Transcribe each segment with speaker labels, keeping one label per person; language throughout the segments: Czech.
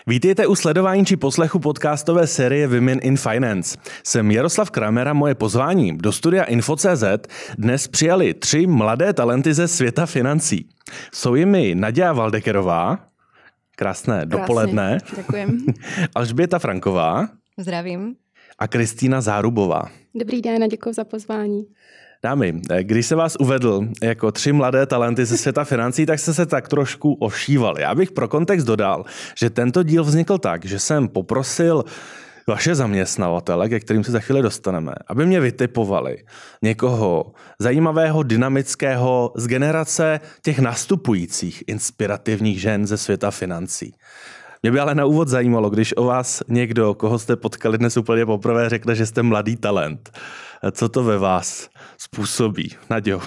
Speaker 1: Vítejte u sledování či poslechu podcastové série Women in Finance. Jsem Jaroslav Kramer a moje pozvání do studia Info.cz dnes přijali 3 mladé talenty ze světa financí. Jsou jimi Naďa Waldekerová, krásné dopoledne.
Speaker 2: Děkujem.
Speaker 1: Alžběta Franková.
Speaker 3: Zdravím.
Speaker 1: A Kristýna Zárubová.
Speaker 2: Dobrý den a děkuji za pozvání.
Speaker 1: Dámy, když se vás uvedl jako 3 mladé talenty ze světa financí, tak jste se tak trošku ošívali. Já bych pro kontext dodal, že tento díl vznikl tak, že jsem poprosil vaše zaměstnavatele, ke kterým se za chvíli dostaneme, aby mě vytipovali někoho zajímavého, dynamického z generace těch nastupujících inspirativních žen ze světa financí. Mě by ale na úvod zajímalo, když o vás někdo, koho jste potkali dnes úplně poprvé, řekne, že jste mladý talent. Co to ve vás způsobí? Naďo.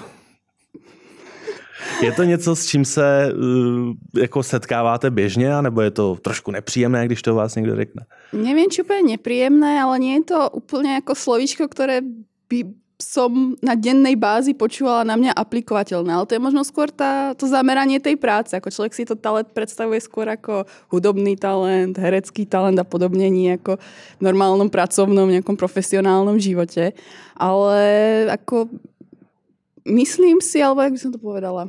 Speaker 1: Je to něco, s čím se jako setkáváte běžně, anebo je to trošku nepříjemné, když to vás někdo řekne?
Speaker 2: Neviem, či úplne nepríjemné, ale nie je to úplne ako slovíčko, ktoré by som na dennej bázi počúvala na mňa aplikovateľné. Ale to je možno skôr to zameranie tej práce. Ako človek si to talent predstavuje skôr ako hudobný talent, herecký talent a podobne, nie ako v normálnom pracovnom, nejakom profesionálnom živote. Ale ako myslím si, alebo jak by som to povedala...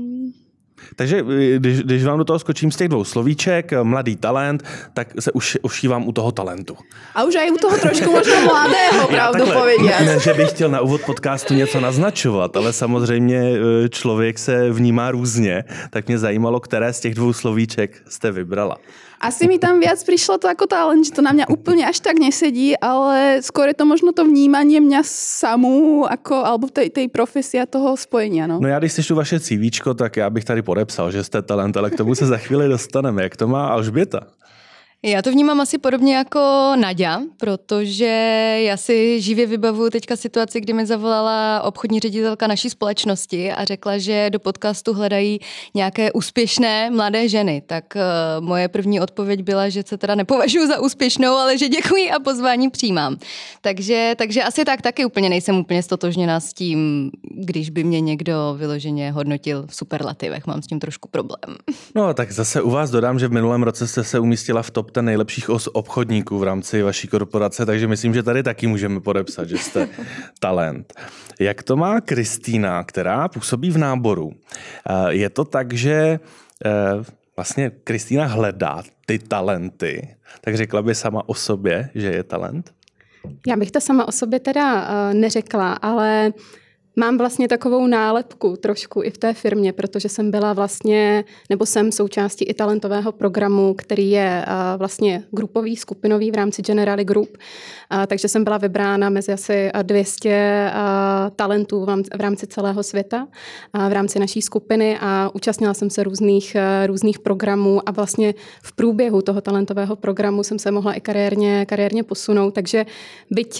Speaker 1: Takže když vám do toho skočím z těch 2 slovíček, mladý talent, tak se už ošívám u toho talentu.
Speaker 2: A už aj u toho trošku možno mladého, pravdu povediac.
Speaker 1: Ne, že bych chtěl na úvod podcastu něco naznačovat, ale samozřejmě člověk se vnímá různě, tak mě zajímalo, které z těch 2 slovíček jste vybrala.
Speaker 2: Asi mi tam viac prišlo to ako talent, že to na mňa úplne až tak nesedí, ale skôr je to možno to vnímanie mňa samú, alebo tej profesie a toho spojenia. No
Speaker 1: já když si čtu vaše CVčko, tak já bych tady podepsal, že jste talent, ale k tomu se za chvíli dostaneme. Jak to má Alžběta?
Speaker 3: Já to vnímám asi podobně jako Naďa, protože já si živě vybavuju teďka situaci, kdy mi zavolala obchodní ředitelka naší společnosti a řekla, že do podcastu hledají nějaké úspěšné mladé ženy. Tak moje první odpověď byla, že se teda nepovažuji za úspěšnou, ale že děkuji a pozvání přijímám. Takže asi tak taky úplně nejsem úplně stotožněna s tím, když by mě někdo vyloženě hodnotil v superlativech. Mám s tím trošku problém.
Speaker 1: No tak zase u vás dodám, že v minulém roce jste se umístila v top 10 nejlepších obchodníků v rámci vaší korporace, takže myslím, že tady taky můžeme podepsat, že jste talent. Jak to má Kristýna, která působí v náboru? Je to tak, že vlastně Kristýna hledá ty talenty, tak řekla by sama o sobě, že je talent?
Speaker 2: Já bych to sama o sobě teda neřekla, ale mám vlastně takovou nálepku trošku i v té firmě, protože jsem byla vlastně, nebo jsem součástí i talentového programu, který je vlastně grupový, skupinový v rámci Generali Group. Takže jsem byla vybrána mezi asi 200 talentů v rámci celého světa, v rámci naší skupiny a účastnila jsem se různých programů a vlastně v průběhu toho talentového programu jsem se mohla i kariérně posunout. Takže byť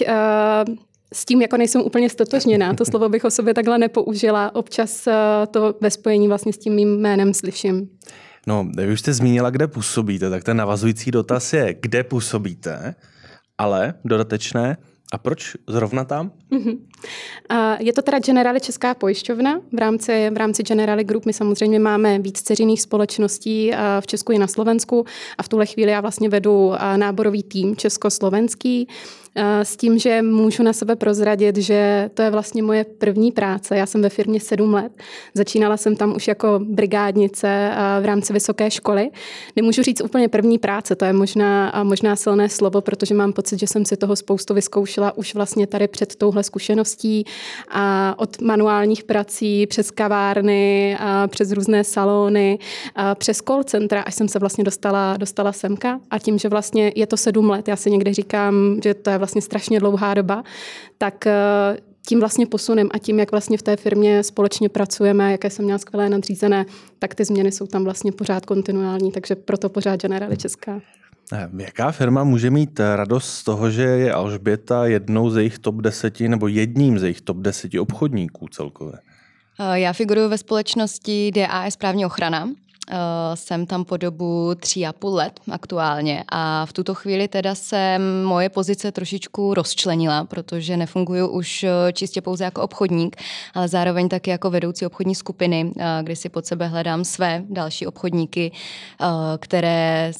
Speaker 2: s tím jako nejsem úplně stotožněná. To slovo bych o sobě takhle nepoužila. Občas to ve spojení vlastně s tím mým jménem slyším.
Speaker 1: No, vy už jste zmínila, kde působíte, tak ten navazující dotaz je, kde působíte, ale dodatečné, a proč zrovna tam?
Speaker 2: Je to teda Generali Česká pojišťovna. V rámci Generali Group my samozřejmě máme víc dceřiných společností v Česku i na Slovensku a v tuhle chvíli já vlastně vedu náborový tým československý s tím, že můžu na sebe prozradit, že to je vlastně moje první práce. Já jsem ve firmě 7 let. Začínala jsem tam už jako brigádnice v rámci vysoké školy. Nemůžu říct úplně první práce, to je možná silné slovo, protože mám pocit, že jsem si toho spoustu vyzkoušela už vlastně tady před touhle zkušeností a od manuálních prací přes kavárny, přes různé salony, přes call centra, až jsem se vlastně dostala semka a tím, že vlastně je to 7 let, já si někdy říkám, že to je vlastně strašně dlouhá doba, tak tím vlastně posunem a tím, jak vlastně v té firmě společně pracujeme, jaké jsem měla skvělé nadřízené, tak ty změny jsou tam vlastně pořád kontinuální, takže proto pořád Generali Česká.
Speaker 1: Jaká firma může mít radost z toho, že je Alžběta jednou ze jejich top 10 nebo jedním ze jejich top 10 obchodníků celkově?
Speaker 3: Já figuruju ve společnosti DAS Právní ochrana. Jsem tam po dobu 3,5 let aktuálně a v tuto chvíli teda jsem moje pozice trošičku rozčlenila, protože nefunguju už čistě pouze jako obchodník, ale zároveň taky jako vedoucí obchodní skupiny, kdy si pod sebe hledám své další obchodníky, které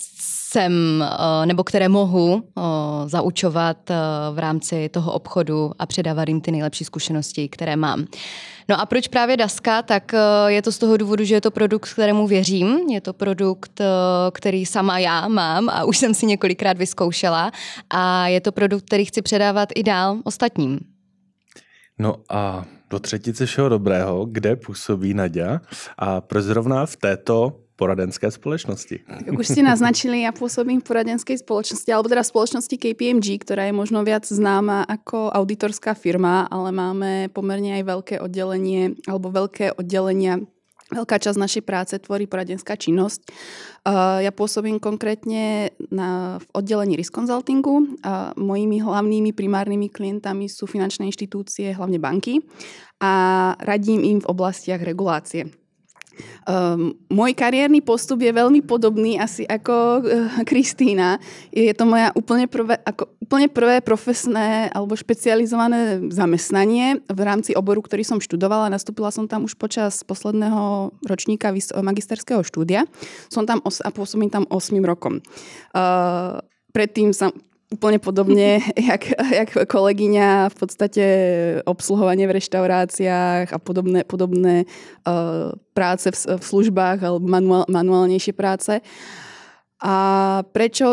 Speaker 3: jsem, nebo které mohu zaučovat v rámci toho obchodu a předávat jim ty nejlepší zkušenosti, které mám. No a proč právě Daska? Tak je to z toho důvodu, že je to produkt, kterému věřím. Je to produkt, který sama já mám a už jsem si několikrát vyzkoušela. A je to produkt, který chci předávat i dál ostatním.
Speaker 1: No a do třetice všeho dobrého, kde působí Naďa a proč zrovna v této poradenské spoločnosti?
Speaker 4: Jak už ste naznačili, ja pôsobím v poradenskej spoločnosti, alebo teda v spoločnosti KPMG, ktorá je možno viac známa ako auditorská firma, ale máme pomerne aj veľké oddelenia. Veľká časť našej práce tvorí poradenská činnosť. Ja pôsobím konkrétne v oddelení risk consultingu. Mojimi hlavnými primárnymi klientami sú finančné inštitúcie, hlavne banky, a radím im v oblastiach regulácie. Môj kariérny postup je veľmi podobný asi ako Kristína. Je to moja úplne prvé profesné alebo špecializované zamestnanie v rámci oboru, ktorý som študovala. Nastúpila som tam už počas posledného ročníka magisterského štúdia. Som tam a pôsobím tam 8 rokom. Predtým som úplne podobne, jak kolegyňa, v podstate obsluhovanie v reštauráciách a podobné práce v službách alebo manuálnejšie práce. A prečo?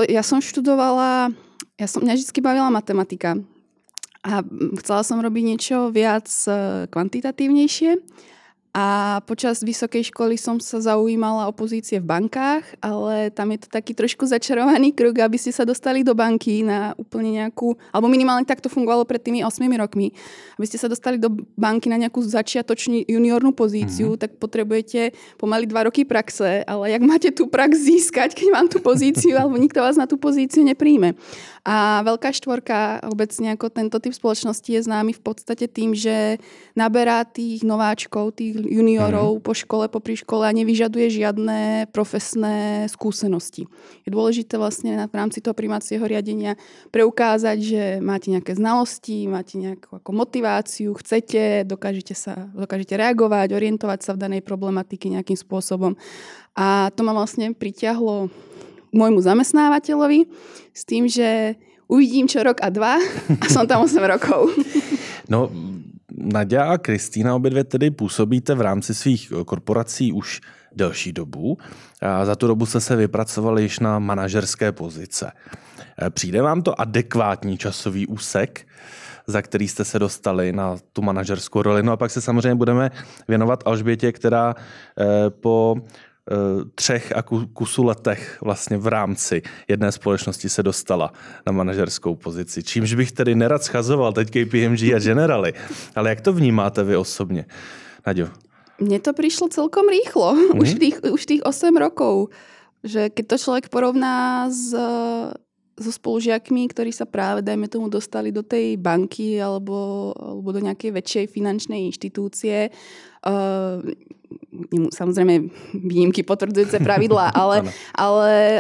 Speaker 4: Mňa vždy bavila matematika a chcela som robiť niečo viac kvantitatívnejšie. A počas vysokej školy som sa zaujímala o pozície v bankách, ale tam je to taký trošku začarovaný kruh, aby ste sa dostali do banky na úplne nejakú, alebo minimálne tak to fungovalo pred tými 8 rokmi, aby ste sa dostali do banky na nejakú začiatočnú juniornú pozíciu, tak potrebujete pomaly 2 roky praxe, ale jak máte tú prax získať, keď mám tú pozíciu, alebo nikto vás na tú pozíciu nepríjme. A Veľká štvorka, obecne ako tento typ spoločnosti, je známy v podstate tým, že naberá tých nováčkov, tých juniorov po škole, popri škole a nevyžaduje žiadne profesné skúsenosti. Je dôležité vlastne v rámci toho prijímacieho riadenia preukázať, že máte nejaké znalosti, máte nejakú ako motiváciu, chcete, dokážete reagovať, orientovať sa v danej problematike nejakým spôsobom. A to ma vlastne pritiahlo môjmu zamestnávateľovi s tým, že uvidím čo rok a 2 a som tam 8 rokov.
Speaker 1: No, Naďa a Kristýna obě dvě tedy působíte v rámci svých korporací už delší dobu. A za tu dobu jste se vypracovali již na manažerské pozice. Přijde vám to adekvátní časový úsek, za který jste se dostali na tu manažerskou roli? No a pak se samozřejmě budeme věnovat Alžbětě, která po 3 a kusu letech vlastně v rámci jedné společnosti se dostala na manažerskou pozici. Čímž bych tedy nerad schazoval teď KPMG a Generali. Ale jak to vnímáte vy osobně? Naďo?
Speaker 4: Mne to prišlo celkom rýchlo. Už tých 8 rokov. Že keď to človek porovná so spolužiakmi, ktorí sa práve, dajme tomu, dostali do tej banky alebo do nejakej väčšej finančnej inštitúcie, samozrejme výnimky potvrdzujúce pravidlá, ale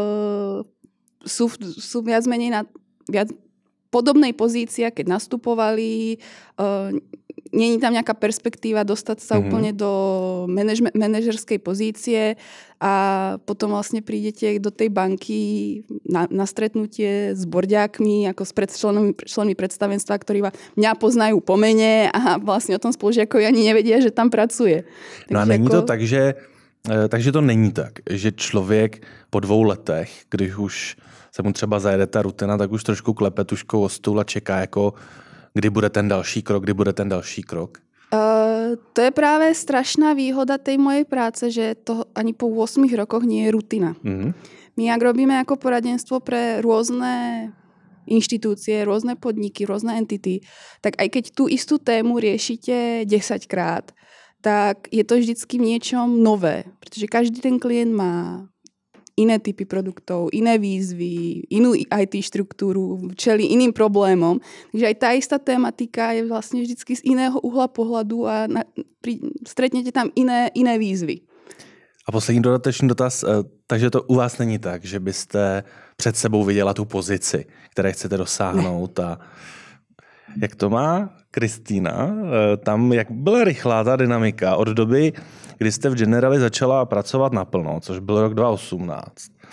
Speaker 4: sú viac menej na viac podobnej pozícii, keď nastupovali. Nie je tam nejaká perspektíva dostať sa úplne do manažerskej pozície a potom vlastne prídete do tej banky na stretnutie s borďákmi, ako s členmi predstavenstva, ktorí mňa poznajú po mene a vlastne o tom spolužiakovi ani nevedia, že tam pracuje.
Speaker 1: No a není to tak, že takže to není tak, že člověk po 2 letech, když už se mu třeba zajede ta rutina, tak už trošku klepe tužkou o stůl a čeká jako kdy bude ten další krok?
Speaker 4: To je práve strašná výhoda tej mojej práce, že to ani po 8 rokoch nie je rutina. My ak robíme ako poradenstvo pre rôzne inštitúcie, rôzne podniky, rôzne entity, tak aj keď tú istú tému riešite 10-krát, tak je to vždycky v niečom nové. Pretože každý ten klient má iné typy produktov, iné výzvy, inú IT štruktúru, čelí iným problémom. Takže aj tá istá tematika je vlastne vždycky z iného uhla pohľadu a stretnete tam iné výzvy.
Speaker 1: A poslední dodatečný dotaz, takže to u vás není tak, že byste před sebou viděla tu pozici, které chcete dosáhnout a jak to má Kristýna? Tam jak byla rychlá ta dynamika od doby, kdy jste v Generali začala pracovat naplno, což byl rok 2018.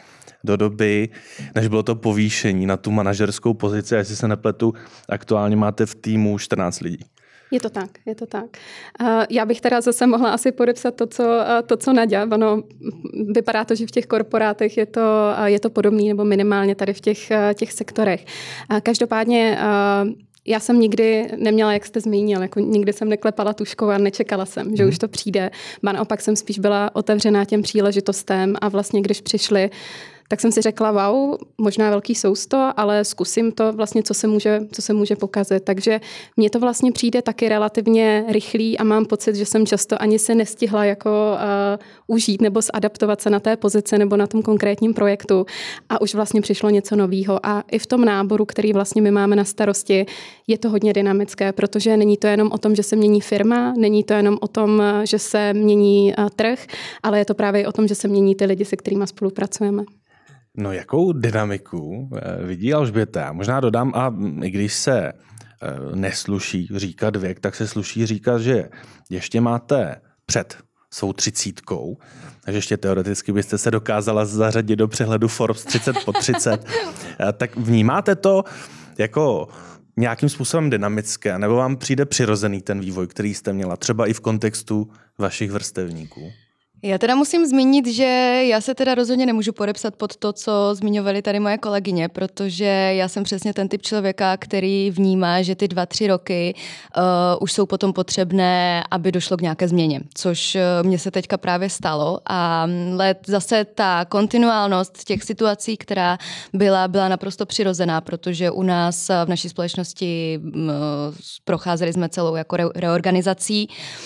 Speaker 1: do doby, než bylo to povýšení na tu manažerskou pozici. Jestli se nepletu, aktuálně máte v týmu 14 lidí.
Speaker 2: Je to tak. Já bych teda zase mohla asi podepsat to, co Naďa. Ono vypadá to, že v těch korporátech je to podobný, nebo minimálně tady v těch sektorech. Každopádně já jsem nikdy neměla, jak jste zmínil, jako nikdy jsem neklepala tuškou a nečekala jsem, že už to přijde. Ba naopak jsem spíš byla otevřená těm příležitostem a vlastně když přišli, tak jsem si řekla, wow, možná velký sousto, ale zkusím to vlastně, co se může pokazit. Takže mně to vlastně přijde taky relativně rychlý a mám pocit, že jsem často ani se nestihla jako užít nebo zadaptovat se na té pozici nebo na tom konkrétním projektu a už vlastně přišlo něco nového. A i v tom náboru, který vlastně my máme na starosti, je to hodně dynamické, protože není to jenom o tom, že se mění firma, není to jenom o tom, že se mění trh, ale je to právě o tom, že se mění ty lidi, se kterými spolupracujeme.
Speaker 1: No jakou dynamiku vidí Alžběta? Možná dodám, a i když se nesluší říkat věk, tak se sluší říkat, že ještě máte před svou 30, takže ještě teoreticky byste se dokázala zařadit do přehledu Forbes 30 po 30. Tak vnímáte to jako nějakým způsobem dynamické, nebo vám přijde přirozený ten vývoj, který jste měla, třeba i v kontextu vašich vrstevníků?
Speaker 3: Já teda musím zmínit, že já se teda rozhodně nemůžu podepsat pod to, co zmiňovali tady moje kolegyně, protože já jsem přesně ten typ člověka, který vnímá, že ty 2-3 roky už jsou potom potřebné, aby došlo k nějaké změně, což mně se teďka právě stalo a zase ta kontinuálnost těch situací, která byla naprosto přirozená, protože u nás v naší společnosti procházeli jsme celou jako reorganizací.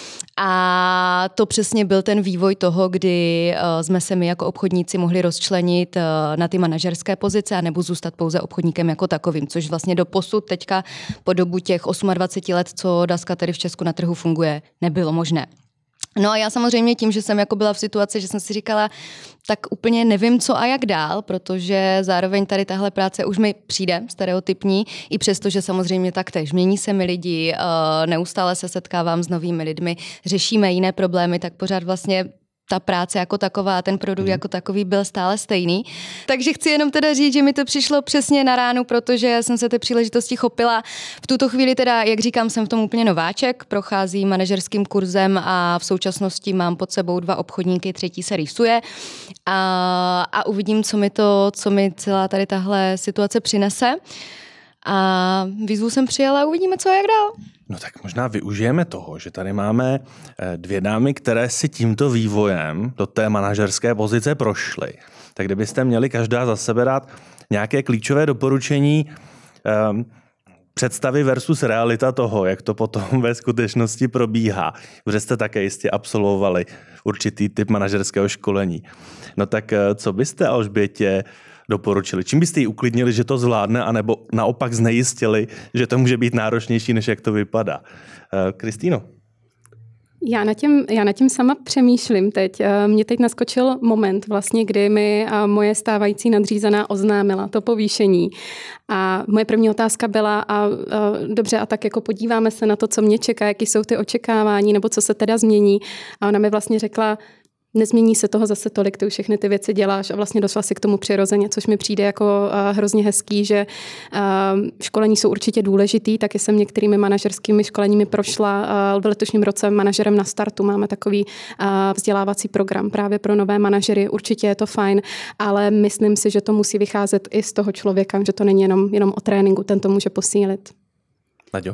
Speaker 3: A to přesně byl ten vývoj toho, kdy jsme se my jako obchodníci mohli rozčlenit na ty manažerské pozice a nebo zůstat pouze obchodníkem jako takovým, což vlastně do posud teďka po dobu těch 28 let, co Daska tady v Česku na trhu funguje, nebylo možné. No a já samozřejmě tím, že jsem jako byla v situaci, že jsem si říkala, tak úplně nevím, co a jak dál, protože zároveň tady tahle práce už mi přijde stereotypní, i přesto, že samozřejmě taktéž mění se mi lidi, neustále se setkávám s novými lidmi, řešíme jiné problémy, tak pořád vlastně ta práce jako taková, ten produkt jako takový byl stále stejný. Takže chci jenom teda říct, že mi to přišlo přesně na ránu, protože jsem se té příležitosti chopila. V tuto chvíli teda, jak říkám, jsem v tom úplně nováček, procházím manažerským kurzem a v současnosti mám pod sebou 2 obchodníky, 3. se rýsuje a uvidím, co mi celá tady tahle situace přinese. A výzvu jsem přijala a uvidíme, co a jak dál.
Speaker 1: No tak možná využijeme toho, že tady máme 2 dámy, které si tímto vývojem do té manažerské pozice prošly. Tak kdybyste měli každá za sebe dát nějaké klíčové doporučení, představy versus realita toho, jak to potom ve skutečnosti probíhá, protože jste také jistě absolvovali určitý typ manažerského školení. No tak co byste Alžbětě doporučili? Čím byste ji uklidnili, že to zvládne, anebo naopak znejistili, že to může být náročnější, než jak to vypadá? Kristýno?
Speaker 2: Já nad tím sama přemýšlím teď. Mně teď naskočil moment vlastně, kdy mi moje stávající nadřízená oznámila to povýšení. A moje první otázka byla, dobře, a tak jako podíváme se na to, co mě čeká, jaký jsou ty očekávání, nebo co se teda změní. A ona mi vlastně řekla, nezmění se toho zase tolik, ty už všechny ty věci děláš a vlastně došla si k tomu přirozeně, což mi přijde jako hrozně hezký, že školení jsou určitě důležitý, taky jsem některými manažerskými školeními prošla. V letošním roce manažerem na startu máme takový vzdělávací program právě pro nové manažery. Určitě je to fajn, ale myslím si, že to musí vycházet i z toho člověka, že to není jenom o tréninku, ten to může posílit.
Speaker 1: Naďo?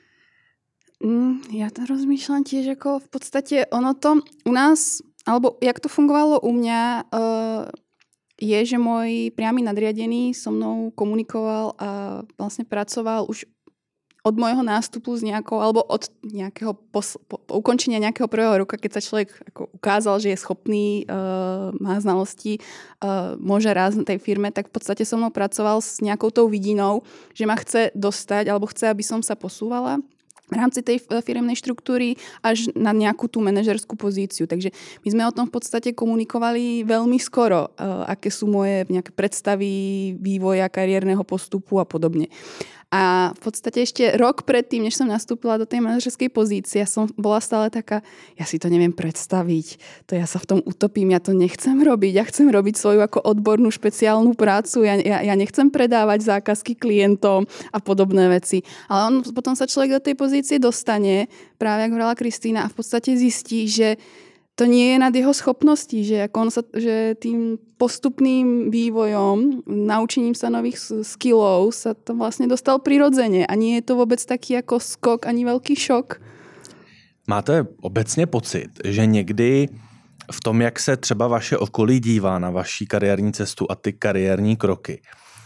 Speaker 4: Ja to rozmýšľam tiež, ako v podstate ono to u nás, alebo jak to fungovalo u mňa, je, že môj priamy nadriadený so mnou komunikoval a vlastne pracoval už od môjho nástupu z nejakou, alebo od nejakého ukončenia nejakého prvého roka, keď sa človek ako ukázal, že je schopný, má znalosti, môže rásť na tej firme, tak v podstate so mnou pracoval s nejakou tou vidinou, že ma chce dostať, alebo chce, aby som sa posúvala v rámci tej firemnej štruktúry až na nejakú tú manažerskú pozíciu. Takže my sme o tom v podstate komunikovali veľmi skoro, aké sú moje nejaké predstavy vývoja kariérneho postupu a podobne. A v podstate ešte rok predtým, než som nastúpila do tej manažerskej pozície, ja som bola stále taká, ja si to neviem predstaviť, to ja sa v tom utopím, ja to nechcem robiť, ja chcem robiť svoju ako odbornú špeciálnu prácu, ja nechcem predávať zákazky klientom a podobné veci. Ale potom sa človek do tej pozície dostane, práve ako hovorila Kristýna, a v podstate zistí, že to nie je nad jeho schopností, že tým postupným vývojom, naučením sa nových skillov sa to vlastne dostal prirodzene a nie je to vôbec taký ako skok ani veľký šok.
Speaker 1: Máte obecně pocit, že někdy v tom, jak se třeba vaše okolí dívá na vaši kariérní cestu a ty kariérní kroky,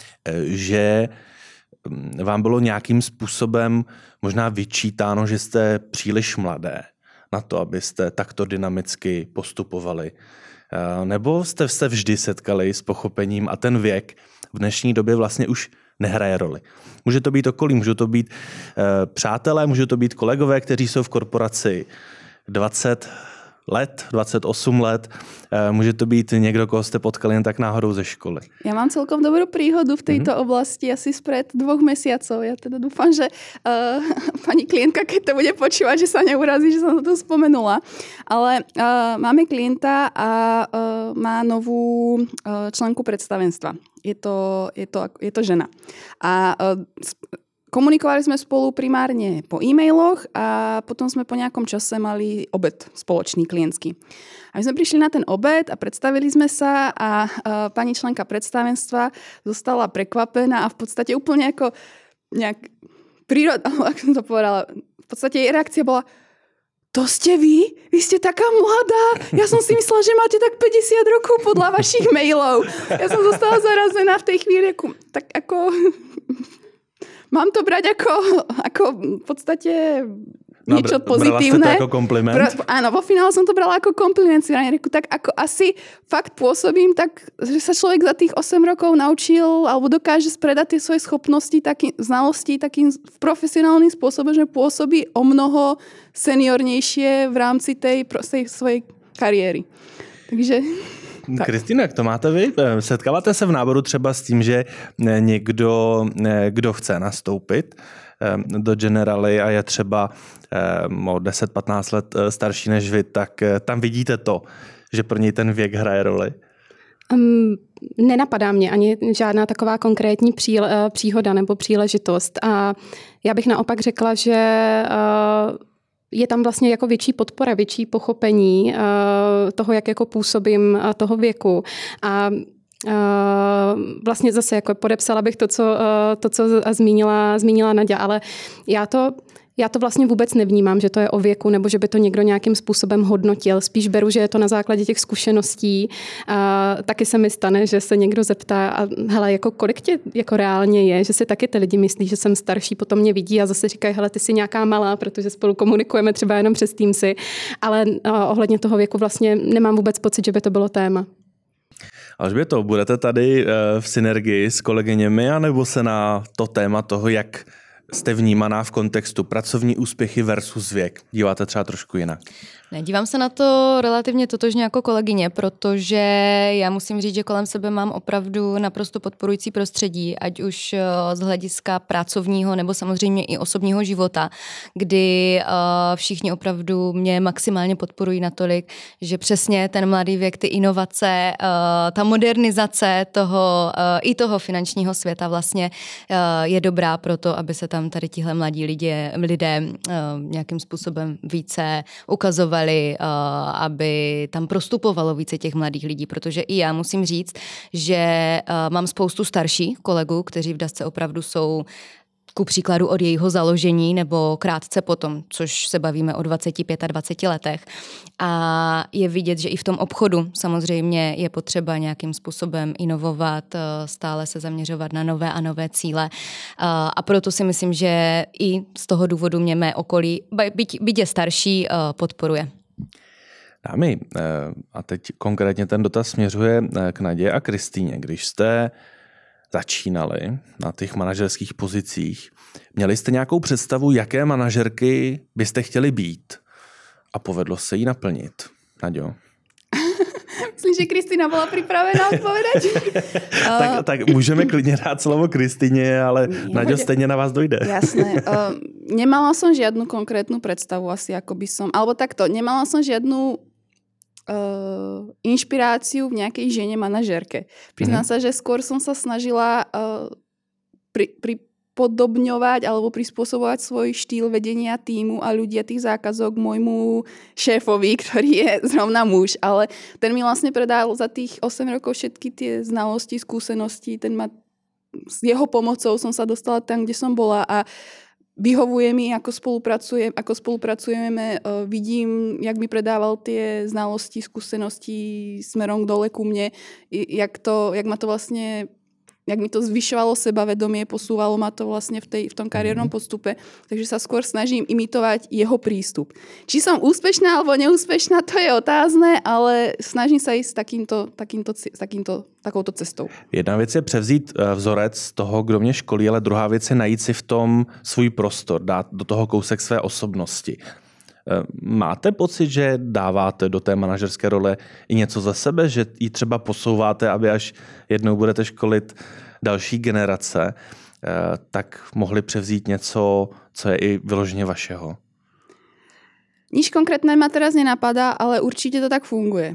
Speaker 1: že vám bylo nějakým způsobem možná vyčítáno, že jste příliš mladé na to, abyste takto dynamicky postupovali? Nebo jste se vždy setkali s pochopením a ten věk v dnešní době vlastně už nehraje roli? Může to být okolí, může to být přátelé, může to být kolegové, kteří jsou v korporaci 20 let, 28 let, může to být někdo, koho ste potkali jen tak náhodou ze školy.
Speaker 4: Ja mám celkom dobrú príhodu v tejto oblasti asi spred 2 mesiacov. Ja teda dúfam, že pani klientka, keď to bude počúvať, že sa neurazí, že som to spomenula. Ale máme klienta a má novú členku predstavenstva. Je to žena. A komunikovali sme spolu primárne po e-mailoch a potom sme po nejakom čase mali obed spoločný klientský. A my sme prišli na ten obed a predstavili sme sa a pani členka predstavenstva zostala prekvapená a v podstate úplne ako nejak prírodná, ako som to povedala, v podstate jej reakcia bola: to ste vy? Vy ste taká mladá? Ja som si myslela, že máte tak 50 rokov podľa vašich mailov. Ja som zostala zarazená v tej chvíli, tak ako... Mám to brať ako v podstate niečo pozitívne.
Speaker 1: Brala ste to ako kompliment?
Speaker 4: Áno, vo finále som to brala ako kompliment. Si reku, tak ako asi fakt pôsobím tak, že sa človek za tých 8 rokov naučil alebo dokáže spredať tie svoje schopnosti, znalosti takým profesionálnym spôsobom, že pôsobí o mnoho seniornejšie v rámci tej svojej kariéry. Takže...
Speaker 1: Kristýno, jak to máte vy? Setkáváte se v náboru třeba s tím, že někdo, kdo chce nastoupit do Generaly a je třeba o 10-15 let starší než vy, tak tam vidíte to, že pro něj ten věk hraje roli?
Speaker 2: Nenapadá mě ani žádná taková konkrétní příhoda nebo příležitost. A já bych naopak řekla, že je tam vlastně jako větší podpora, větší pochopení toho, jak jako působím toho věku. A vlastně zase jako podepsala bych to, co zmínila Naďa, ale já to vlastně vůbec nevnímám, že to je o věku nebo že by to někdo nějakým způsobem hodnotil. Spíš beru, že je to na základě těch zkušeností. Taky se mi stane, že se někdo zeptá, a hele, jako kolik tě jako reálně je, že si taky ty lidi myslí, že jsem starší, potom mě vidí a zase říkají, hele, ty jsi nějaká malá, protože spolu komunikujeme třeba jenom přes Teamsy, ale ohledně toho věku vlastně nemám vůbec pocit, že by to bylo téma.
Speaker 1: Alžběto, budete tady v synergii s kolegyněmi, anebo se na to téma toho, jak jste vnímaná v kontextu pracovní úspěchy versus věk díváte třeba trošku jinak?
Speaker 3: Ne, dívám se na to relativně totožně jako kolegyně, protože já musím říct, že kolem sebe mám opravdu naprosto podporující prostředí, ať už z hlediska pracovního nebo samozřejmě i osobního života, kdy všichni opravdu mě maximálně podporují natolik, že přesně ten mladý věk, ty inovace, ta modernizace toho finančního světa vlastně je dobrá pro to, aby se tam tady tihle mladí lidé nějakým způsobem více ukazovali, aby tam prostupovalo více těch mladých lidí, protože i já musím říct, že mám spoustu starších kolegů, kteří v Dasce opravdu jsou ku příkladu od jejího založení nebo krátce potom, což se bavíme o 25 letech. A je vidět, že i v tom obchodu samozřejmě je potřeba nějakým způsobem inovovat, stále se zaměřovat na nové a nové cíle. A proto si myslím, že i z toho důvodu mě mé okolí, byť je starší, podporuje.
Speaker 1: Dámy, a teď konkrétně ten dotaz směřuje k Nadě a Kristýně. Když jste začínali na těch manažerských pozicích, měli jste nějakou představu, jaké manažerky byste chtěli být? A povedlo se jí naplnit? Naďo?
Speaker 4: Myslím, že Kristýna byla připravená odpovědět.
Speaker 1: tak můžeme klidně dát slovo Kristýně, ale Naďo, stejně na vás dojde.
Speaker 4: Jasné. Nemala som žiadnu konkrétnu predstavu asi, ako by som... Alebo takto, nemala som žiadnu inšpiráciu v nejakej žene manažérke. Priznám sa, že skôr som sa snažila pripodobňovať alebo prispôsobovať svoj štýl vedenia týmu a ľudí a tých zákazok môjmu šéfovi, ktorý je zrovna muž. Ale ten mi vlastne predal za tých 8 rokov všetky tie znalosti, skúsenosti. S jeho pomocou som sa dostala tam, kde som bola a vyhovuje mi, ako spolupracujeme, vidím, jak mi predával tie znalosti, skúsenosti smerom dole ku mne, jak mi to zvyšovalo sebavedomie, posúvalo ma to vlastne v tom kariérnom postupe. Takže sa skôr snažím imitovať jeho prístup. Či som úspešná alebo neúspešná, to je otázne, ale snažím sa ísť takouto cestou.
Speaker 1: Jedna věc je převzít vzorec toho, kdo mě školí, ale druhá věc je najít si v tom svůj prostor, dát do toho kousek své osobnosti. Máte pocit, že dáváte do té manažerské role i něco za sebe, že ji třeba posouváte, aby až jednou budete školit další generace, tak mohli převzít něco, co je i vyloženě vašeho?
Speaker 4: Nič konkrétne ma teraz nenapadá, ale určitě to tak funguje.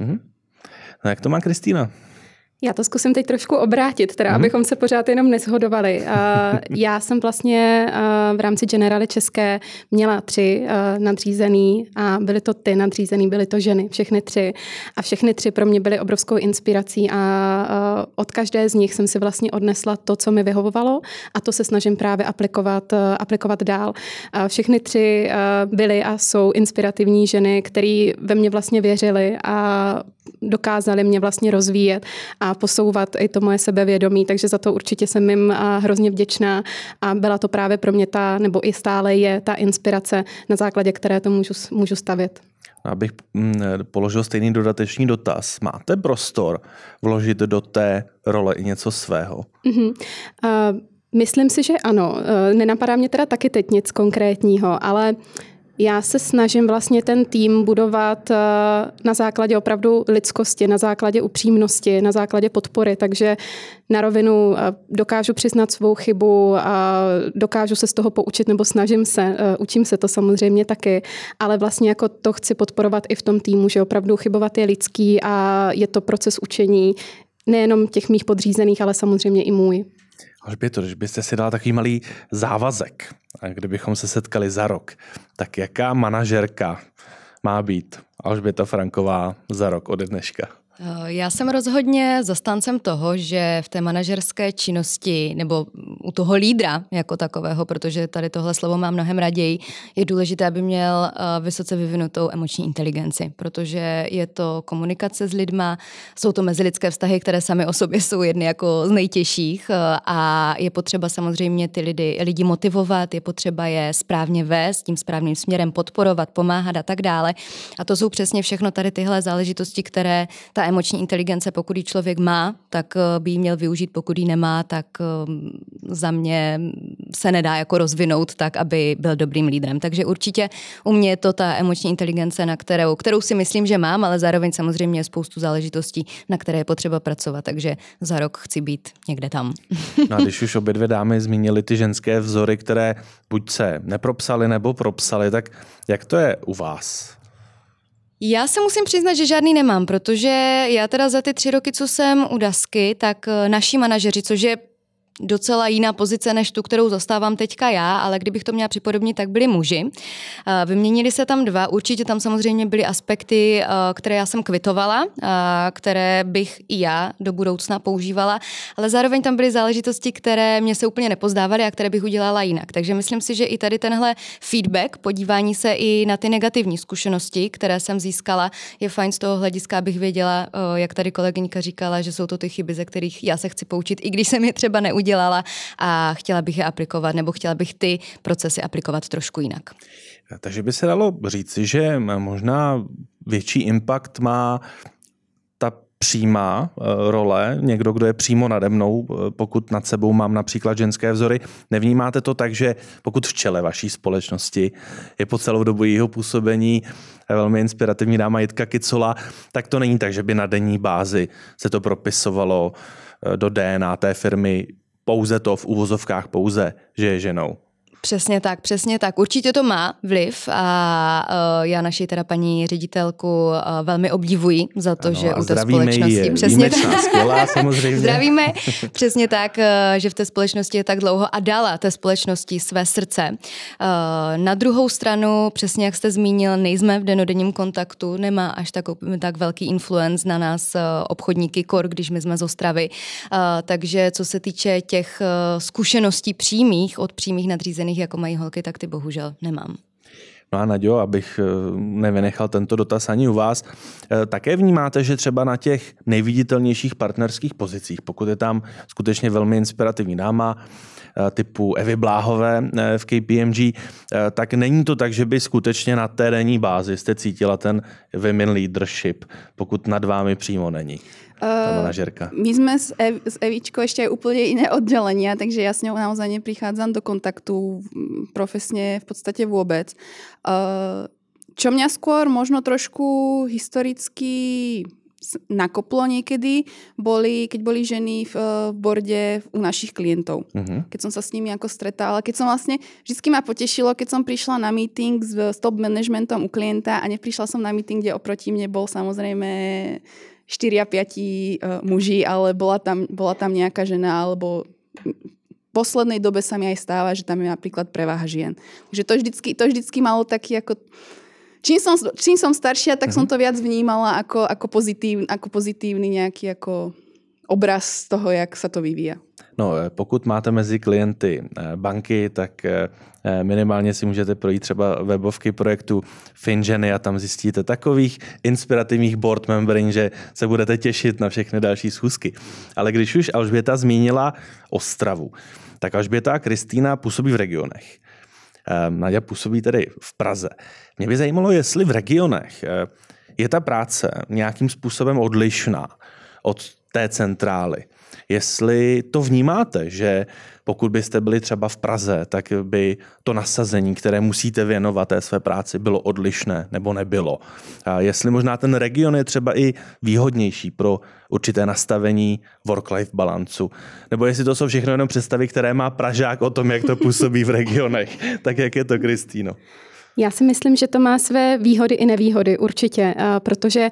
Speaker 1: No jak to má Kristýna?
Speaker 2: Já to zkusím teď trošku obrátit, abychom se pořád jenom neshodovali. Já jsem vlastně v rámci Generály České měla 3 nadřízený a byly to ty nadřízený, byly to ženy, všechny 3. A všechny 3 pro mě byly obrovskou inspirací a od každé z nich jsem si vlastně odnesla to, co mi vyhovovalo a to se snažím právě aplikovat dál. Všechny 3 byly a jsou inspirativní ženy, které ve mě vlastně věřily a dokázali mě vlastně rozvíjet a posouvat i to moje sebevědomí, takže za to určitě jsem jim hrozně vděčná a byla to právě pro mě nebo i stále je ta inspirace, na základě které to můžu stavět.
Speaker 1: Abych položil stejný dodatečný dotaz. Máte prostor vložit do té role i něco svého?
Speaker 2: Myslím si, že ano. Nenapadá mě teda taky teď nic konkrétního, ale já se snažím vlastně ten tým budovat na základě opravdu lidskosti, na základě upřímnosti, na základě podpory, takže na rovinu dokážu přiznat svou chybu, dokážu se z toho poučit nebo snažím se, učím se to samozřejmě taky, ale vlastně jako to chci podporovat i v tom týmu, že opravdu chybovat je lidský a je to proces učení nejenom těch mých podřízených, ale samozřejmě i můj.
Speaker 1: Alžběto, když byste si dala takový malý závazek, a kdybychom se setkali za rok, tak jaká manažerka má být Alžběta Franková za rok ode dneška?
Speaker 3: Já jsem rozhodně zastáncem toho, že v té manažerské činnosti nebo u toho lídra jako takového, protože tady tohle slovo mám mnohem raději, je důležité, aby měl vysoce vyvinutou emoční inteligenci, protože je to komunikace s lidma, jsou to mezilidské vztahy, které sami o sobě jsou jedny jako z nejtěžších a je potřeba samozřejmě ty lidi motivovat, je potřeba je správně vést, tím správným směrem podporovat, pomáhat a tak dále. A to jsou přesně všechno tady tyhle záležitosti, které ta emoční inteligence, pokud ji člověk má, tak by ji měl využít, pokud ji nemá, tak za mě se nedá jako rozvinout tak, aby byl dobrým lídrem. Takže určitě u mě je to ta emoční inteligence, na kterou si myslím, že mám, ale zároveň samozřejmě je spoustu záležitostí, na které je potřeba pracovat, takže za rok chci být někde tam.
Speaker 1: No a když už obě dvě dámy zmínily ty ženské vzory, které buď se nepropsaly nebo propsaly, tak jak to je u vás?
Speaker 3: Já se musím přiznat, že žádný nemám, protože já teda za ty 3 roky, co jsem u Dasky, tak naši manažeři, což je docela jiná pozice než tu, kterou zastávám teďka já, ale kdybych to měla připodobnit, tak byli muži. Vyměnili se tam 2, určitě tam samozřejmě byly aspekty, které já jsem kvitovala, které bych i já do budoucna používala, ale zároveň tam byly záležitosti, které mě se úplně nepozdávaly a které bych udělala jinak. Takže myslím si, že i tady tenhle feedback, podívání se i na ty negativní zkušenosti, které jsem získala, je fajn z toho hlediska, abych věděla, jak tady kolegyňka říkala, že jsou to ty chyby, ze kterých já se chci poučit, i když jsem je třeba neudělala a chtěla bych je aplikovat, nebo chtěla bych ty procesy aplikovat trošku jinak.
Speaker 1: Takže by se dalo říci, že možná větší impact má ta přímá role, někdo, kdo je přímo nade mnou, pokud nad sebou mám například ženské vzory. Nevnímáte to tak, že pokud v čele vaší společnosti je po celou dobu jejího působení velmi inspirativní dáma Jitka Kicola, tak to není tak, že by na denní bázi se to propisovalo do DNA té firmy, pouze to v uvozovkách pouze, že je ženou.
Speaker 3: Přesně tak. Určitě to má vliv a já naši teda paní ředitelku velmi obdivuji za to, že u té společnosti...
Speaker 1: Přesně tak. Skvělá, samozřejmě.
Speaker 3: Zdravíme. Přesně tak, že v té společnosti je tak dlouho a dala té společnosti své srdce. Na druhou stranu, přesně jak jste zmínil, nejsme v dennodenním kontaktu, nemá až tak velký influence na nás obchodníky KOR, když my jsme z Ostravy. Takže co se týče těch zkušeností přímých od přímých nadřízených, jako mají holky, tak ty bohužel nemám.
Speaker 1: No a Naďo, abych nevynechal tento dotaz ani u vás, také vnímáte, že třeba na těch nejviditelnějších partnerských pozicích, pokud je tam skutečně velmi inspirativní dáma typu Evy Bláhové v KPMG, tak není to tak, že by skutečně na té denní bázi jste cítila ten women leadership, pokud nad vámi přímo není. Manažerka.
Speaker 4: My sme s Evičkou ešte aj úplne iné oddelenia, takže ja s ňou naozaj neprichádzam do kontaktu profesne v podstate vôbec. Čo mňa skôr možno trošku historicky nakoplo niekedy, keď boli ženy v borde u našich klientov. Keď som sa s nimi ako stretávala, keď som vlastne, vždycky ma potešilo, keď som prišla na meeting s top managementom u klienta a neprišla som na meeting, kde oproti mne bol samozrejme 4-5 muži, ale bola tam nejaká žena, alebo v poslednej dobe sa mi aj stáva, že tam je napríklad prevaha žien. Takže to vždycky malo taký ako... Čím som staršia, tak som to viac vnímala ako pozitívny nejaký ako obraz toho, jak sa to vyvíja.
Speaker 1: No, pokud máte mezi klienty banky, tak minimálně si můžete projít třeba webovky projektu FinGeny a tam zjistíte takových inspirativních board memberin, že se budete těšit na všechny další schůzky. Ale když už Alžběta zmínila Ostravu, tak Alžběta a Kristýna působí v regionech. Naďa působí tedy v Praze. Mě by zajímalo, jestli v regionech je ta práce nějakým způsobem odlišná od té centrály. Jestli to vnímáte, že pokud byste byli třeba v Praze, tak by to nasazení, které musíte věnovat té své práci, bylo odlišné nebo nebylo. A jestli možná ten region je třeba i výhodnější pro určité nastavení work-life balancu. Nebo jestli to jsou všechno jenom představy, které má Pražák o tom, jak to působí v regionech. Tak jak je to, Kristýno?
Speaker 2: Já si myslím, že to má své výhody i nevýhody určitě, protože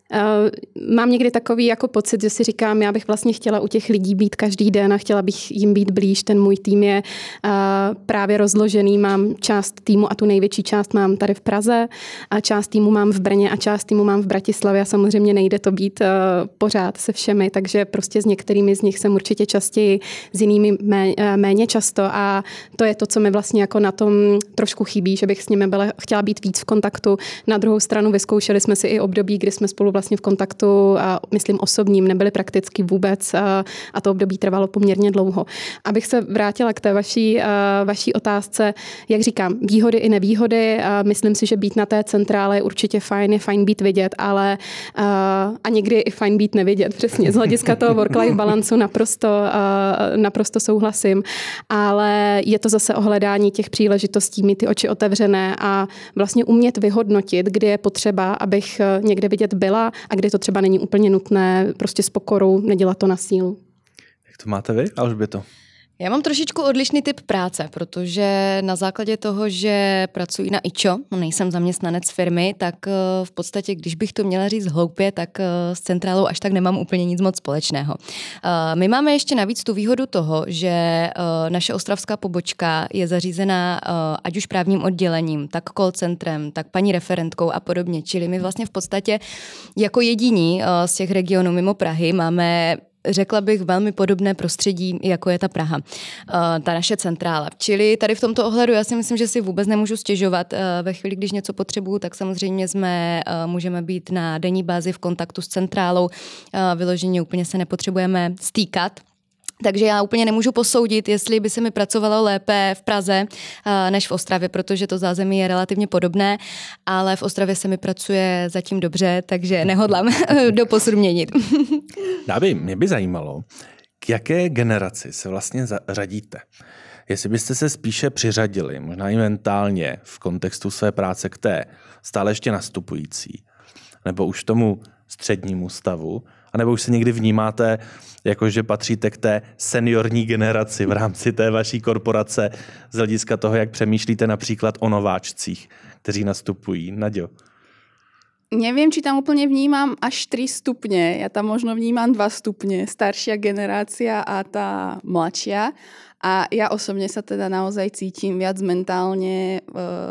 Speaker 2: mám někdy takový jako pocit, že si říkám, já bych vlastně chtěla u těch lidí být každý den a chtěla bych jim být blíž. Ten můj tým je právě rozložený, mám část týmu a tu největší část mám tady v Praze a část týmu mám v Brně a část týmu mám v Bratislavě a samozřejmě nejde to být pořád se všemi, takže prostě s některými z nich jsem určitě častěji, s jinými méně často a to je to, co mi vlastně jako na tom trošku chybí, že bych s nimi chtěla být víc v kontaktu. Na druhou stranu vyzkoušeli jsme si i období, kdy jsme spolu vlastně v kontaktu, a myslím osobním, nebyli prakticky vůbec a to období trvalo poměrně dlouho. Abych se vrátila k té vaší otázce, jak říkám, výhody i nevýhody. Myslím si, že být na té centrále je určitě fajn, je fajn být vidět, ale a někdy je i fajn být nevidět, přesně. Z hlediska toho work-life balancu naprosto souhlasím, ale je to zase o hledání těch příležitostí, mít ty oči otevřené a vlastně umět vyhodnotit, kdy je potřeba, abych někde vidět byla a kdy to třeba není úplně nutné, prostě s pokorou, nedělat to na sílu.
Speaker 1: Jak to máte vy, Alžběto?
Speaker 3: Já mám trošičku odlišný typ práce, protože na základě toho, že pracuji na IČO, nejsem zaměstnanec firmy, tak v podstatě, když bych to měla říct hloupě, tak s centrálou až tak nemám úplně nic moc společného. My máme ještě navíc tu výhodu toho, že naše ostravská pobočka je zařízená ať už právním oddělením, tak call centrem, tak paní referentkou a podobně. Čili my vlastně v podstatě jako jediní z těch regionů mimo Prahy máme, řekla bych, velmi podobné prostředí, jako je ta Praha, ta naše centrála. Čili tady v tomto ohledu já si myslím, že si vůbec nemůžu stěžovat. Ve chvíli, když něco potřebuju, tak samozřejmě můžeme být na denní bázi v kontaktu s centrálou. Vyloženě úplně se nepotřebujeme stýkat. Takže já úplně nemůžu posoudit, jestli by se mi pracovalo lépe v Praze než v Ostravě, protože to zázemí je relativně podobné, ale v Ostravě se mi pracuje zatím dobře, takže nehodlám doposud měnit.
Speaker 1: Mě by zajímalo, k jaké generaci se vlastně řadíte? Jestli byste se spíše přiřadili, možná i mentálně, v kontextu své práce k té stále ještě nastupující, nebo už tomu střednímu stavu, anebo už se někdy vnímáte, jako že patříte k té seniorní generaci v rámci té vaší korporace z hlediska toho, jak přemýšlíte například o nováčcích, kteří nastupují. Naďo?
Speaker 4: Neviem, či tam úplne vnímam až 3 stupne. Ja tam možno vnímam 2 stupne. Staršia generácia a tá mladšia. A ja osobne sa teda naozaj cítim viac mentálne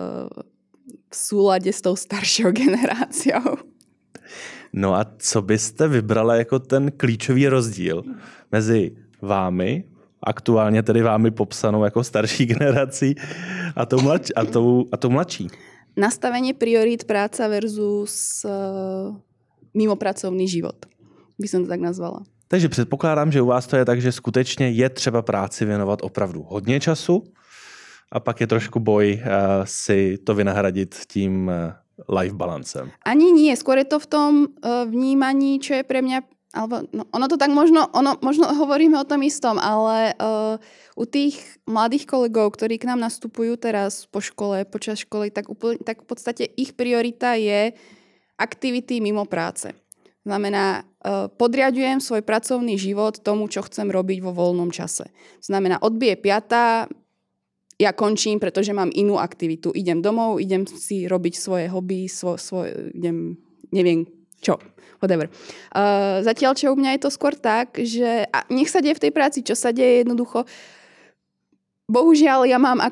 Speaker 4: v súlade s tou staršou generáciou.
Speaker 1: No a co byste vybrala jako ten klíčový rozdíl mezi vámi, aktuálně tedy vámi popsanou jako starší generací a tou mladší?
Speaker 4: Nastavenie priorít práca versus mimopracovný život. By som to tak nazvala.
Speaker 1: Takže předpokládám, že u vás to je tak, že skutečně je třeba práci věnovat opravdu hodně času a pak je trošku boj si to vynahradit tím life balancem.
Speaker 4: Ani nie, skôr je to v tom vnímaní, čo je pre mňa, alebo ono to tak možno hovoríme o tom istom, ale u tých mladých kolegov, ktorí k nám nastupujú teraz po škole, počas školy, tak v podstate ich priorita je aktivity mimo práce. Znamená, podriadujem svoj pracovný život tomu, čo chcem robiť vo voľnom čase. Znamená, odbije 5, ja končím, pretože mám inú aktivitu. Idem domov, idem si robiť svoje hobby, idem, neviem čo, whatever. Zatiaľ, čo u mňa je to skôr tak, že a nech sa deje v tej práci, čo sa deje jednoducho. Bohužiaľ, ja mám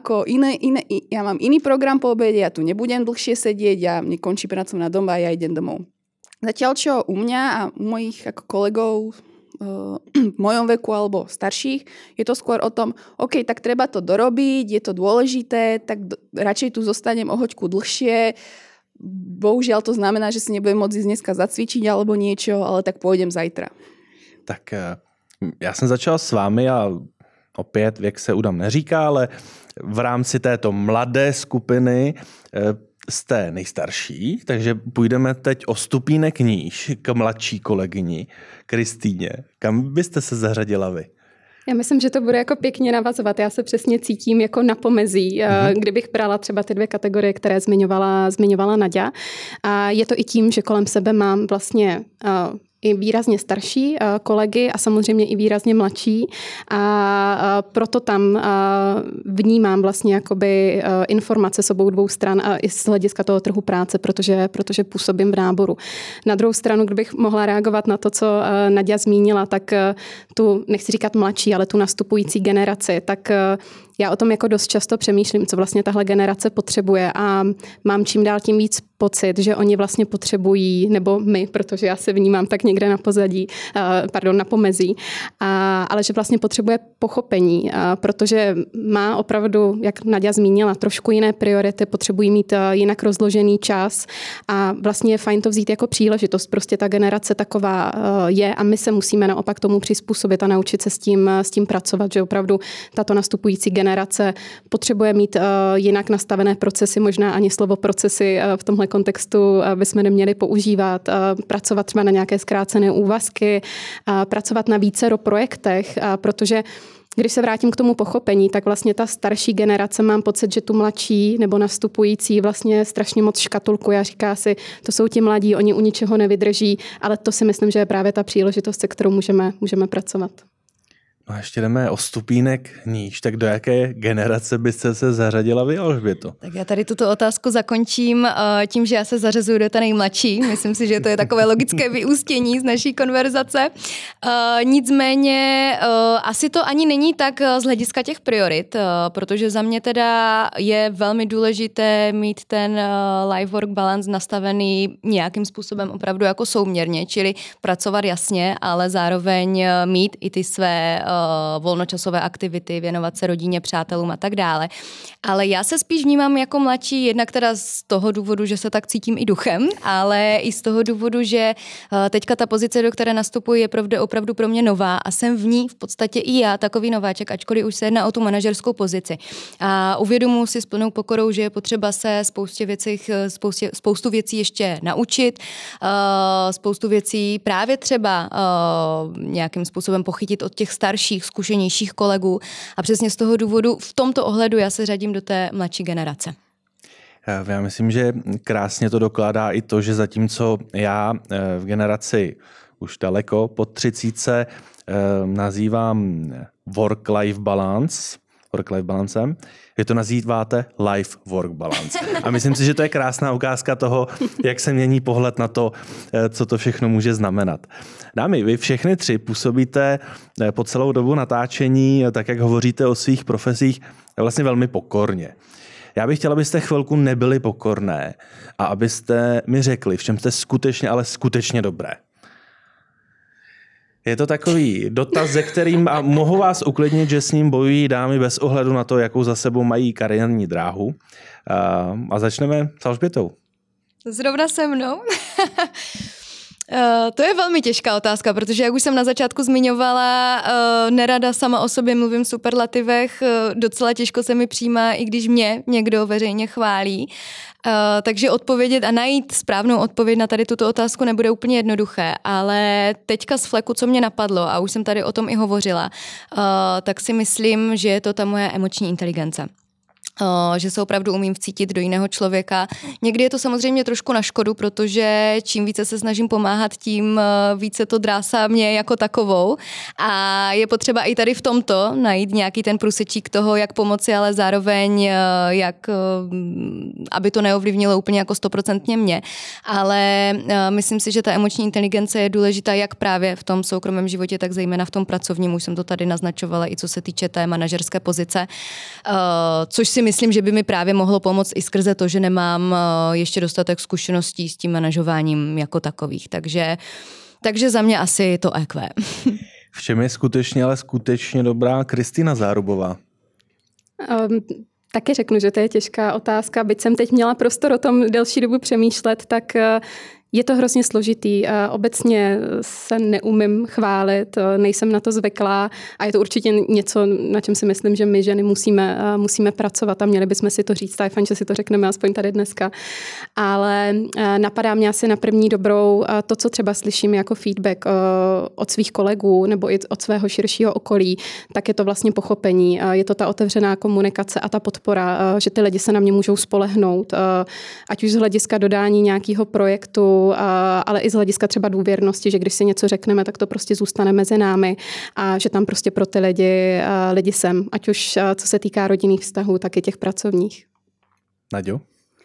Speaker 4: iný program po obede, ja tu nebudem dlhšie sedieť, ja nekončí pracovná doba a ja idem domov. Zatiaľ, čo u mňa a u mojich ako kolegov v mojom veku alebo starších, je to skôr o tom, OK, tak treba to dorobiť, je to dôležité, tak radšej tu zostanem o hoďku dlhšie. Bohužiaľ to znamená, že si nebudem môcť ísť dneska zacvičiť alebo niečo, ale tak pôjdem zajtra.
Speaker 1: Tak já jsem začal s vámi a opět věk se udam neříká, ale v rámci této mladé skupiny jste nejstarší, takže půjdeme teď o stupínek níž k mladší kolegyni Kristýně. Kam byste se zařadila vy?
Speaker 2: Já myslím, že to bude jako pěkně navazovat. Já se přesně cítím jako na pomezí, kdybych brala třeba ty 2 kategorie, které zmiňovala Naďa. A je to i tím, že kolem sebe mám vlastně i výrazně starší kolegy a samozřejmě i výrazně mladší a proto tam vnímám vlastně jakoby informace s obou 2 stran a i z hlediska toho trhu práce, protože působím v náboru. Na druhou stranu, kdybych mohla reagovat na to, co Naďa zmínila, tak tu, nechci říkat mladší, ale tu nastupující generaci, tak já o tom jako dost často přemýšlím, co vlastně tahle generace potřebuje a mám čím dál tím víc pocit, že oni vlastně potřebují, nebo my, protože já se vnímám tak někde na pozadí, na pomezí, ale že vlastně potřebuje pochopení, protože má opravdu, jak Naďa zmínila, trošku jiné priority, potřebují mít jinak rozložený čas a vlastně je fajn to vzít jako příležitost. Prostě ta generace taková je a my se musíme naopak tomu přizpůsobit a naučit se s tím pracovat, že opravdu tato nastupující generace potřebuje mít jinak nastavené procesy, možná ani slovo procesy v tomhle kontextu bychom neměli používat, pracovat třeba na nějaké zkrácené úvazky, pracovat na vícero projektech, protože když se vrátím k tomu pochopení, tak vlastně ta starší generace mám pocit, že tu mladší nebo nastupující vlastně strašně moc škatulkuje a říká si, to jsou ti mladí, oni u ničeho nevydrží, ale to si myslím, že je právě ta příležitost, se kterou můžeme pracovat.
Speaker 1: No a ještě jdeme o stupínek níž, tak do jaké generace byste se zařadila vy, Alžběto?
Speaker 3: Tak já tady tuto otázku zakončím tím, že já se zařazuju do té nejmladší. Myslím si, že to je takové logické vyústění z naší konverzace. Nicméně asi to ani není tak z hlediska těch priorit, protože za mě teda je velmi důležité mít ten life-work balance nastavený nějakým způsobem opravdu jako souměrně, čili pracovat jasně, ale zároveň mít i ty své volnočasové aktivity, věnovat se rodině, přátelům a tak dále. Ale já se spíš vnímám jako mladší, jednak teda z toho důvodu, že se tak cítím i duchem, ale i z toho důvodu, že teďka ta pozice, do které nastupuji, je opravdu pro mě nová a jsem v ní v podstatě i já takový nováček, ačkoliv už se jedná o tu manažerskou pozici. A uvědomuji si s plnou pokorou, že je potřeba se spoustu věcí ještě naučit, spoustu věcí právě třeba nějakým způsobem pochytit od těch starších, zkušenějších kolegů a přesně z toho důvodu v tomto ohledu já se řadím do té mladší generace.
Speaker 1: Já myslím, že krásně to dokládá i to, že zatímco já v generaci už daleko pod 30 nazývám work-life balancem, vy to nazýváte life-work balance. A myslím si, že to je krásná ukázka toho, jak se mění pohled na to, co to všechno může znamenat. Dámy, vy všechny tři působíte po celou dobu natáčení, tak jak hovoříte o svých profesích, vlastně velmi pokorně. Já bych chtěla, abyste chvilku nebyli pokorné a abyste mi řekli, v čem jste skutečně, ale skutečně dobré. Je to takový dotaz, se kterým a mohu vás uklidnit, že s ním bojují dámy bez ohledu na to, jakou za sebou mají kariérní dráhu. A začneme s Alžbětou.
Speaker 3: Zrovna se mnou? To je velmi těžká otázka, protože jak už jsem na začátku zmiňovala, nerada sama o sobě mluvím v superlativech, docela těžko se mi přijímá, i když mě někdo veřejně chválí. Takže odpovědět a najít správnou odpověď na tady tuto otázku nebude úplně jednoduché, ale teďka z fleku, co mě napadlo, a už jsem tady o tom i hovořila, tak si myslím, že je to ta moje emoční inteligence. Že se opravdu umím vcítit do jiného člověka. Někdy je to samozřejmě trošku na škodu, protože čím více se snažím pomáhat, tím více to drásá mě jako takovou. A je potřeba i tady v tomto najít nějaký ten průsečík toho, jak pomoci, ale zároveň aby to neovlivnilo úplně jako 100% mě. Ale myslím si, že ta emoční inteligence je důležitá jak právě v tom soukromém životě, tak zejména v tom pracovním. Už jsem to tady naznačovala, i co se týče té manažerské pozice, což si myslím, že by mi právě mohlo pomoct i skrze to, že nemám ještě dostatek zkušeností s tím manažováním jako takových. Takže za mě asi to EQ.
Speaker 1: V čem je skutečně, ale skutečně dobrá Kristýna Zárubová?
Speaker 2: Taky řeknu, že to je těžká otázka. Byť jsem teď měla prostor o tom delší dobu přemýšlet, tak je to hrozně složitý. Obecně se neumím chválit, nejsem na to zvyklá a je to určitě něco, na čem si myslím, že my ženy musíme pracovat a měli bychom si to říct. Tak je fajn, že si to řekneme aspoň tady dneska. Ale napadá mě asi na první dobrou to, co třeba slyším jako feedback od svých kolegů nebo i od svého širšího okolí, tak je to vlastně pochopení. Je to ta otevřená komunikace a ta podpora, že ty lidi se na mě můžou spolehnout, ať už z hlediska dodání nějakého projektu, ale i z hlediska třeba důvěrnosti, že když si něco řekneme, tak to prostě zůstane mezi námi a že tam prostě pro ty lidi jsem, ať už co se týká rodinných vztahů, tak i těch pracovních.
Speaker 1: Naďo?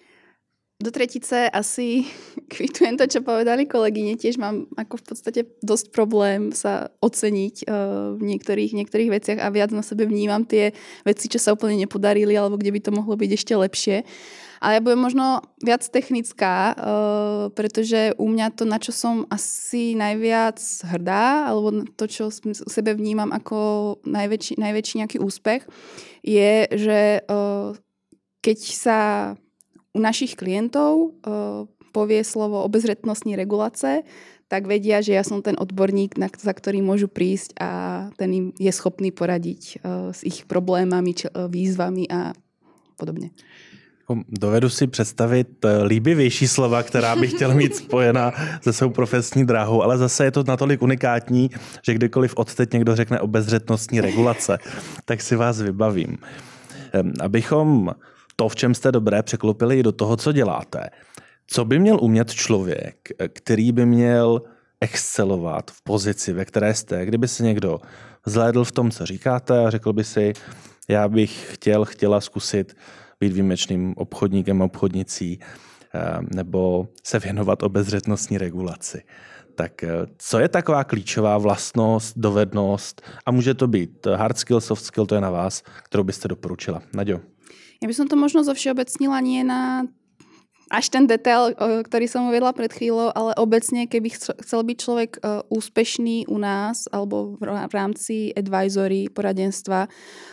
Speaker 4: Do tretice asi kvitujem to, čo povedali kolegyne. Tiež mám ako v podstate dosť problém sa oceniť v niektorých veciach a viac na sebe vnímam tie veci, čo sa úplne nepodarili alebo kde by to mohlo byť ešte lepšie. Ale ja budem možno viac technická, pretože u mňa to, na čo som asi najviac hrdá, alebo to, čo u sebe vnímam ako najväčší nejaký úspech, je, že keď sa u našich klientov povie slovo obezretnostní regulace, tak vedia, že ja som ten odborník, za ktorý môžu prísť a ten im je schopný poradiť s ich problémami, výzvami a podobne.
Speaker 1: Dovedu si představit líbivější slova, která bych chtěl mít spojena se svou profesní dráhou, ale zase je to natolik unikátní, že kdykoliv odteď někdo řekne obezřetnostní regulace, tak si vás vybavím. Abychom to, v čem jste dobré, překlopili i do toho, co děláte. Co by měl umět člověk, který by měl excelovat v pozici, ve které jste, kdyby se někdo zhlédl v tom, co říkáte a řekl by si, já bych chtěla zkusit být výjimečným obchodníkem, obchodnicí nebo se věnovat obezřetnostní regulaci. Tak co je taková klíčová vlastnost, dovednost a může to být hard skill, soft skill, to je na vás, kterou byste doporučila. Naďo.
Speaker 4: Ja by som to možno zovšeobecnila nie na až ten detail, ktorý som uvedla pred chvíľou, ale obecne, keby chcel byť človek úspešný u nás alebo v rámci advisory, poradenstva,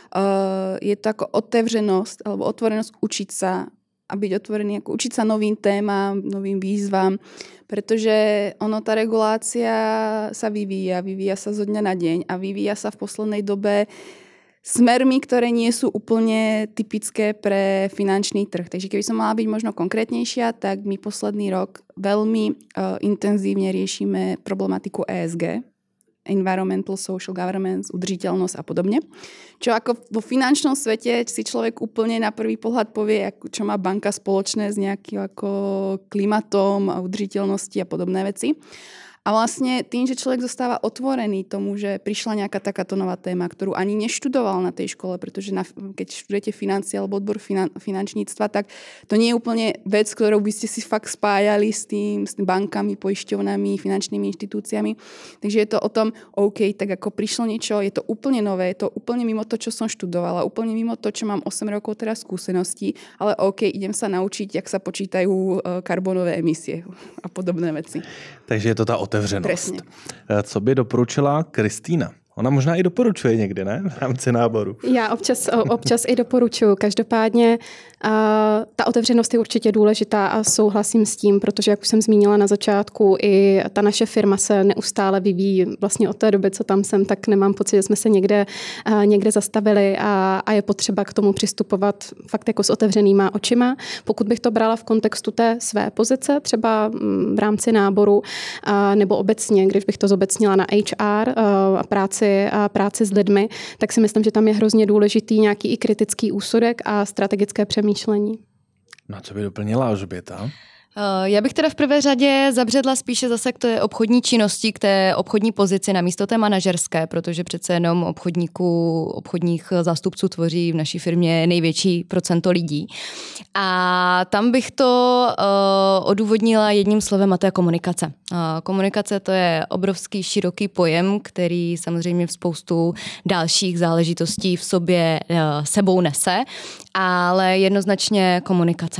Speaker 4: je to ako otevřenosť alebo otvorenosť učiť sa a byť otvorený, ako učiť sa novým témam, novým výzvam, pretože tá regulácia sa vyvíja sa zo dňa na deň a vyvíja sa v poslednej dobe smermi, ktoré nie sú úplne typické pre finančný trh. Takže keby som mala byť možno konkrétnejšia, tak my posledný rok veľmi intenzívne riešime problematiku ESG, environmental, social governance, udržiteľnosť a podobne. Čo ako vo finančnom svete si človek úplne na prvý pohľad povie, čo má banka spoločné s nejakým ako klimatom a udržiteľnosti a podobné veci. A vlastne tým, že človek zostáva otvorený tomu, že prišla nejaká takáto nová téma, ktorú ani neštudoval na tej škole, pretože keď študujete financie alebo odbor finančníctva, tak to nie je úplne vec, ktorou by ste si fakt spájali s tým bankami, poisťovnami, finančnými inštitúciami. Takže je to o tom, OK, tak ako prišlo niečo, je to úplne nové, je to úplne mimo to, čo som študovala, úplne mimo to, čo mám 8 rokov teraz skúseností, ale OK, idem sa naučiť, jak sa počítajú karbonové emisie a podobné veci.
Speaker 1: Takže je to ta otevřenost.
Speaker 4: Presne.
Speaker 1: Co by doporučila Kristýna? Ona možná i doporučuje někdy, ne? V rámci náboru.
Speaker 2: Já občas i doporučuji. Každopádně ta otevřenost je určitě důležitá a souhlasím s tím, protože, jak už jsem zmínila na začátku, i ta naše firma se neustále vyvíjí. Vlastně od té doby, co tam jsem, tak nemám pocit, že jsme se někde zastavili a je potřeba k tomu přistupovat fakt jako s otevřenýma očima. Pokud bych to brala v kontextu té své pozice, třeba v rámci náboru, nebo obecně, když bych to zobecnila na HR a práci s lidmi, tak si myslím, že tam je hrozně důležitý nějaký i kritický úsudek a strategické přemýšlení.
Speaker 1: No co by doplnila Alžběta?
Speaker 3: Já bych teda v prvé řadě zabředla spíše zase k té obchodní činnosti, k té obchodní pozici namísto té manažerské, protože přece jenom obchodních zástupců tvoří v naší firmě největší procento lidí. A tam bych to odůvodnila jedním slovem, a to je komunikace. Komunikace to je obrovský široký pojem, který samozřejmě v spoustu dalších záležitostí v sobě sebou nese, ale jednoznačně komunikace.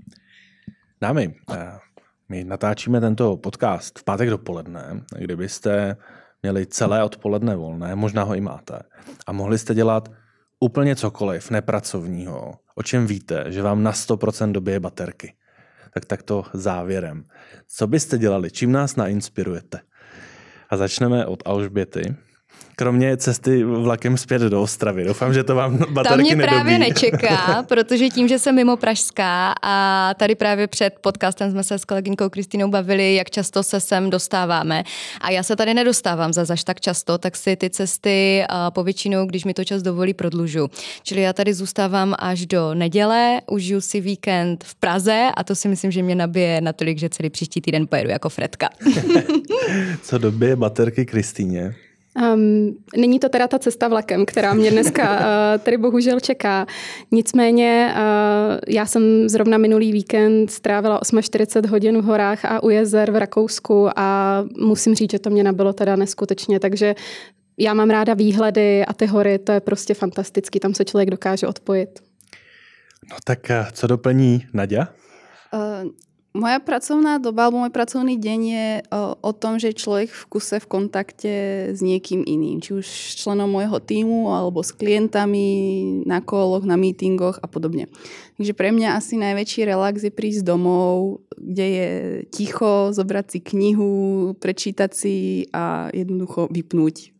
Speaker 1: Dámy, my natáčíme tento podcast v pátek dopoledne, kdybyste měli celé odpoledne volné, možná ho i máte, a mohli jste dělat úplně cokoliv nepracovního, o čem víte, že vám na 100% dobije baterky. Tak to závěrem. Co byste dělali? Čím nás nainspirujete? A začneme od Alžběty. Kromě cesty vlakem zpět do Ostravy. Doufám, že to vám baterky nedobí.
Speaker 3: Tam mě právě nečeká, protože tím, že jsem mimo pražská a tady právě před podcastem jsme se s kolegyňkou Kristýnou bavili, jak často se sem dostáváme. A já se tady nedostávám zaž tak často, tak si ty cesty povětšinou, když mi to čas dovolí, prodlužu. Čili já tady zůstávám až do neděle, užiju si víkend v Praze a to si myslím, že mě nabije natolik, že celý příští týden pojedu jako Fredka.
Speaker 1: Co dobije baterky Kristýně?
Speaker 2: Není to teda ta cesta vlakem, která mě dneska tady bohužel čeká. Nicméně já jsem zrovna minulý víkend strávila 48 hodin v horách a u jezer v Rakousku a musím říct, že to mě nabilo teda neskutečně, takže já mám ráda výhledy a ty hory, to je prostě fantastický, tam se člověk dokáže odpojit.
Speaker 1: No tak co doplní Naďa?
Speaker 4: Moja pracovná doba alebo môj pracovný deň je o tom, že človek v kuse v kontakte s niekým iným. Či už s členom môjho tímu alebo s klientami na koloch, na meetingoch a podobne. Takže pre mňa asi najväčší relax je prísť domov, kde je ticho, zobrať si knihu, prečítať si a jednoducho vypnúť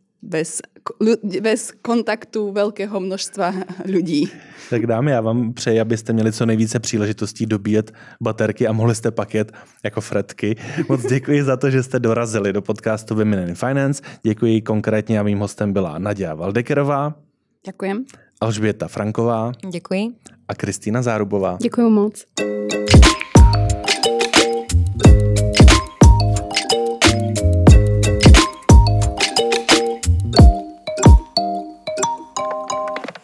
Speaker 4: bez kontaktu veľkého množstva ľudí.
Speaker 1: Tak dámy, já vám přeji, abyste měli co nejvíce příležitostí dobíjet baterky a mohli jste pak jet jako Fredky. Moc děkuji za to, že jste dorazili do podcastu Women in Finance. Děkuji konkrétně a mým hostem byla Naďa Valdekerová.
Speaker 4: Ďakujem.
Speaker 1: Alžběta Franková.
Speaker 3: Děkuji.
Speaker 1: A Kristýna Zárubová.
Speaker 2: Děkuji moc.